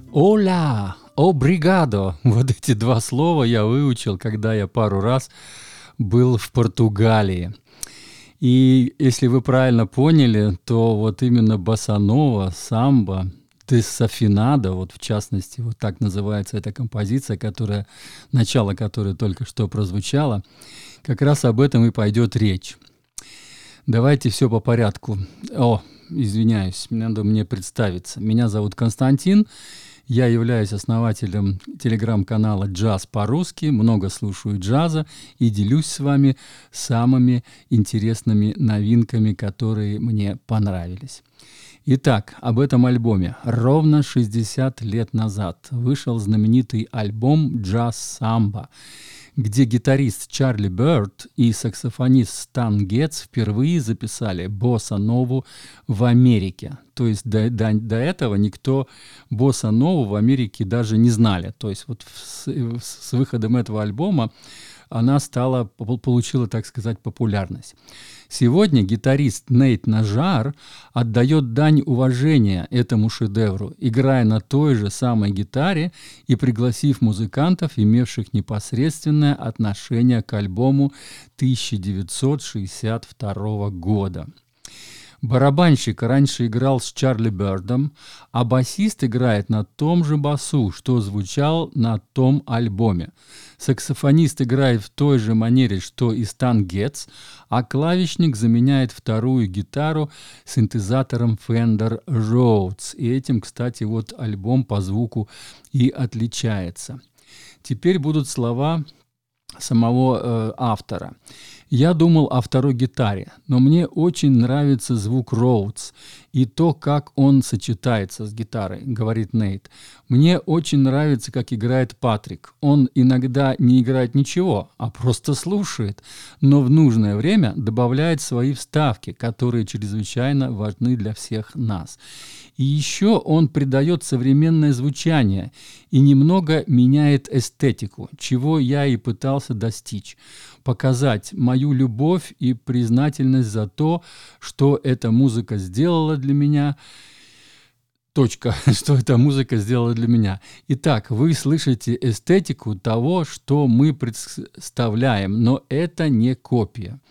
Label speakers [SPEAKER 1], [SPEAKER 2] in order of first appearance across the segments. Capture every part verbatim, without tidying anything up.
[SPEAKER 1] Оля, обригадо. Вот эти два слова я выучил, когда я пару раз был в Португалии. И если вы правильно поняли, то вот именно боссанова, самбо, дессафинадо, вот в частности, вот так называется эта композиция, которая, начало которой только что прозвучало, как раз об этом и пойдет речь. Давайте все по порядку. О, извиняюсь, надо мне представиться. Меня зовут Константин. Я являюсь основателем телеграм-канала «Джаз по-русски», много слушаю джаза и делюсь с вами самыми интересными новинками, которые мне понравились. Итак, об этом альбоме. Ровно шестьдесят лет назад вышел знаменитый альбом «Джаз Самбо», где гитарист Чарли Бёрд и саксофонист Стан Гетц впервые записали босса-нову в Америке. То есть до, до, до этого никто босса-нову в Америке даже не знали. То есть вот с, с выходом этого альбома она стала, получила, так сказать, популярность. Сегодня гитарист Нейт Нажар отдает дань уважения этому шедевру, играя на той же самой гитаре и пригласив музыкантов, имевших непосредственное отношение к альбому тысяча девятьсот шестьдесят второго года. Барабанщик раньше играл с Чарли Бёрдом, а басист играет на том же басу, что звучал на том альбоме. Саксофонист играет в той же манере, что и Стан Гетц, а клавишник заменяет вторую гитару синтезатором Fender Rhodes. И этим, кстати, вот альбом по звуку и отличается. Теперь будут слова самого э, автора. Я думал о второй гитаре, но мне очень нравится звук Rhodes и то, как он сочетается с гитарой, говорит Нейт. Мне очень нравится, как играет Патрик. Он иногда не играет ничего, а просто слушает, но в нужное время добавляет свои вставки, которые чрезвычайно важны для всех нас. И еще он придает современное звучание и немного меняет эстетику, чего я и пытался достичь. Показать мою любовь и признательность за то, что эта музыка сделала для меня. Точка, что эта музыка сделала для меня. Итак, вы слышите эстетику того, что мы представляем, но это не копия.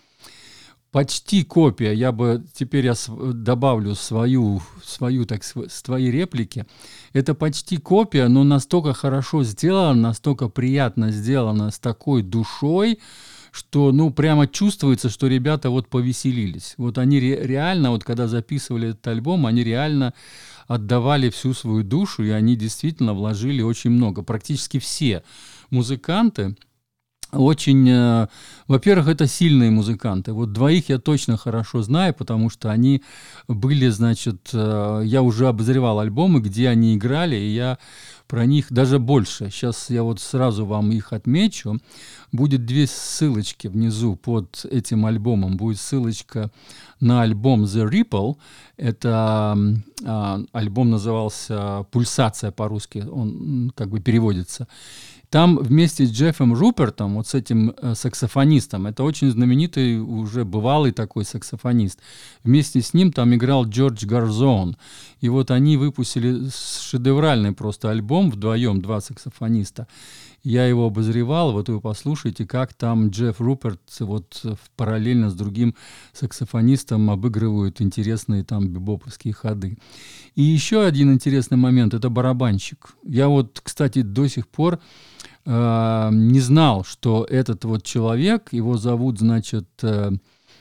[SPEAKER 1] Почти копия, я бы теперь я добавлю свою, свою так, свои реплики. Это почти копия, но настолько хорошо сделано, настолько приятно сделано, с такой душой, что, ну, прямо чувствуется, что ребята вот повеселились. Вот они ре- реально, вот когда записывали этот альбом, они реально отдавали всю свою душу, и они действительно вложили очень много. Практически все музыканты очень, э, во-первых, это сильные музыканты. Вот двоих я точно хорошо знаю, потому что они были, значит, э, я уже обозревал альбомы, где они играли, и я про них даже больше. Сейчас я вот сразу вам их отмечу. Будет две ссылочки внизу под этим альбомом. Будет ссылочка на альбом The Ripple. Это э, альбом назывался «Пульсация» по-русски, он как бы переводится. Там вместе с Джеффом Рупертом, вот с этим э, саксофонистом, это очень знаменитый, уже бывалый такой саксофонист, вместе с ним там играл Джордж Гарзон. И вот они выпустили шедевральный просто альбом вдвоем, два саксофониста. Я его обозревал, вот вы послушайте, как там Джефф Руперт вот параллельно с другим саксофонистом обыгрывают интересные там бибоповские ходы. И еще один интересный момент – это барабанщик. Я вот, кстати, до сих пор э, не знал, что этот вот человек, его зовут, значит, э,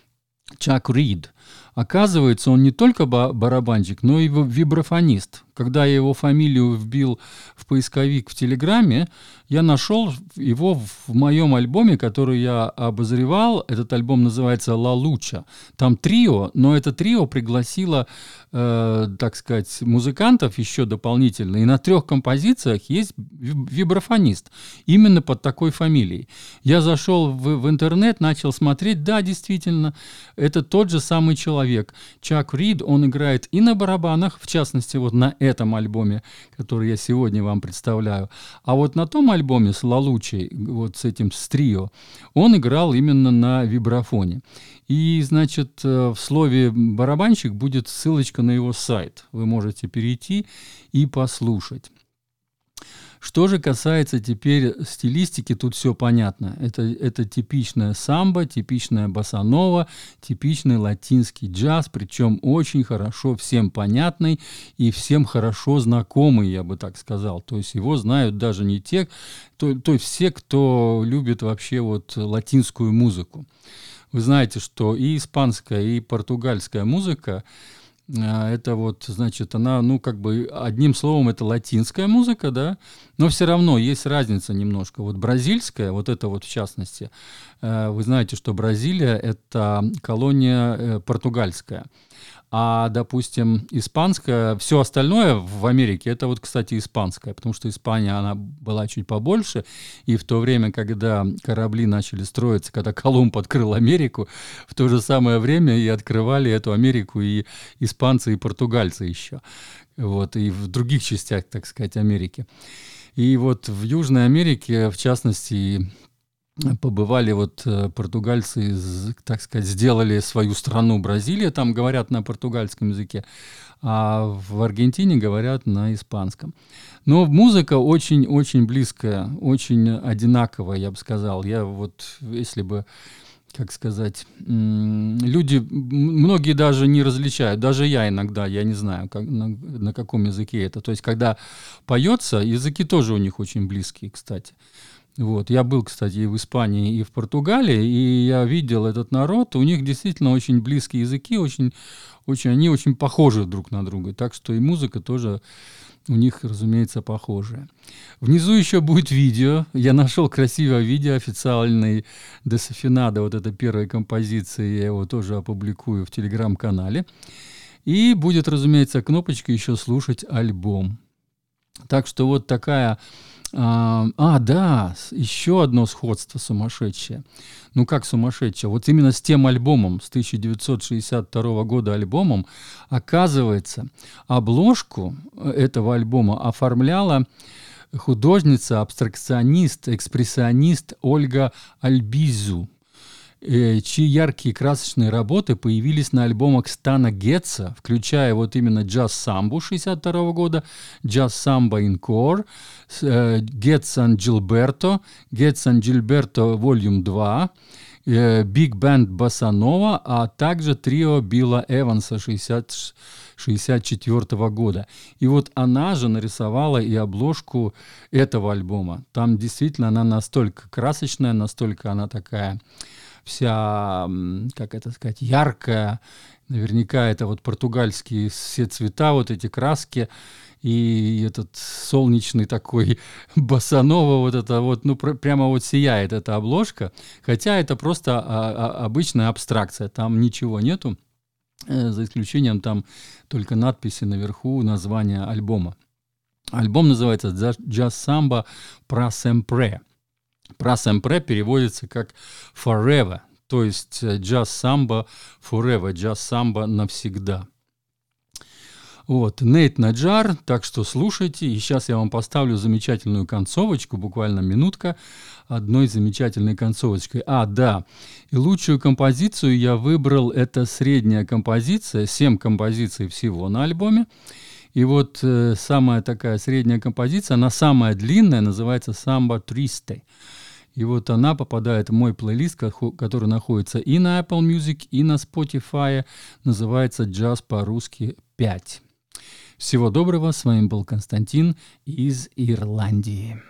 [SPEAKER 1] Чак Рид. Оказывается, он не только барабанщик, но и вибрафонист. Когда я его фамилию вбил в поисковик в Телеграме, я нашел его в моем альбоме, который я обозревал. Этот альбом называется «Ла Луча». Там трио, но это трио пригласило, э, так сказать, музыкантов еще дополнительно. И на трех композициях есть вибрафонист именно под такой фамилией. Я зашел в, в интернет, начал смотреть. Да, действительно, это тот же самый человек. Чак Рид, он играет и на барабанах, в частности, вот на этом альбоме, который я сегодня вам представляю. А вот на том альбоме с Ла Лучей, вот с этим с трио, он играл именно на вибрафоне. И, значит, в слове «барабанщик» будет ссылочка на его сайт. Вы можете перейти и послушать. Что же касается теперь стилистики, тут все понятно. Это, это типичная самбо, типичная босанова, типичный латинский джаз, причем очень хорошо всем понятный и всем хорошо знакомый, я бы так сказал. То есть его знают даже не те, то, то есть все, кто любит вообще вот латинскую музыку. Вы знаете, что и испанская, и португальская музыка, это вот, значит, она, ну, как бы, одним словом, это латинская музыка, да, но все равно есть разница немножко. Вот бразильская, вот это вот в частности, вы знаете, что Бразилия – это колония португальская. А, допустим, испанская, все остальное в Америке, это вот, кстати, испанская, потому что Испания, она была чуть побольше, и в то время, когда корабли начали строиться, когда Колумб открыл Америку, в то же самое время и открывали эту Америку и испанцы, и португальцы еще, вот, и в других частях, так сказать, Америки. И вот в Южной Америке, в частности, побывали вот португальцы, так сказать, сделали свою страну Бразилия, там говорят на португальском языке, а в Аргентине говорят на испанском. Но музыка очень-очень близкая, очень одинаковая, я бы сказал. Я вот, если бы, как сказать, люди, многие даже не различают, даже я иногда, я не знаю, как, на, на каком языке это. То есть, когда поется, языки тоже у них очень близкие, кстати. Вот. Я был, кстати, и в Испании, и в Португалии, и я видел этот народ. У них действительно очень близкие языки, очень, очень, они очень похожи друг на друга. Так что и музыка тоже у них, разумеется, похожая. Внизу еще будет видео. Я нашел красивое видео официальной Десафинадо. Вот это первая композиция, я его тоже опубликую в телеграм-канале. И будет, разумеется, кнопочка еще слушать альбом. Так что вот такая... А, а, да, еще одно сходство сумасшедшее. Ну как сумасшедшее? Вот именно с тем альбомом, с тысяча девятьсот шестьдесят второго года альбомом, оказывается, обложку этого альбома оформляла художница, абстракционист, экспрессионист Ольга Альбизу, чьи яркие красочные работы появились на альбомах Стана Гетца, включая вот именно «Джаз-самбу» шестьдесят второго года, «Джаз-самба in Core», «Гетц and Gilberto», «Гетц and Gilberto Volume два», «Big Band Bossa Nova», а также трио Билла Эванса шестьдесят четвёртого года. И вот она же нарисовала и обложку этого альбома. Там действительно она настолько красочная, настолько она такая... вся, как это сказать, яркая, наверняка это вот португальские все цвета, вот эти краски, и этот солнечный такой босанова, вот это вот, ну, пр- прямо вот сияет эта обложка, хотя это просто а, а, обычная абстракция, там ничего нету, э, за исключением там только надписи наверху, названия альбома. Альбом называется «Jazz Samba pra sempre». Pra sempre переводится как forever, то есть джаз-самбо forever, джаз-самбо навсегда. Вот, Нейт Наджар, так что слушайте, и сейчас я вам поставлю замечательную концовочку, буквально минутка, одной замечательной концовочкой. А, да, и лучшую композицию я выбрал, это средняя композиция, семь композиций всего на альбоме. И вот э, самая такая средняя композиция, она самая длинная, называется «Samba Triste». И вот она попадает в мой плейлист, который находится и на Apple Music, и на Spotify. Называется «Джаз по-русски пять». Всего доброго, с вами был Константин из Ирландии.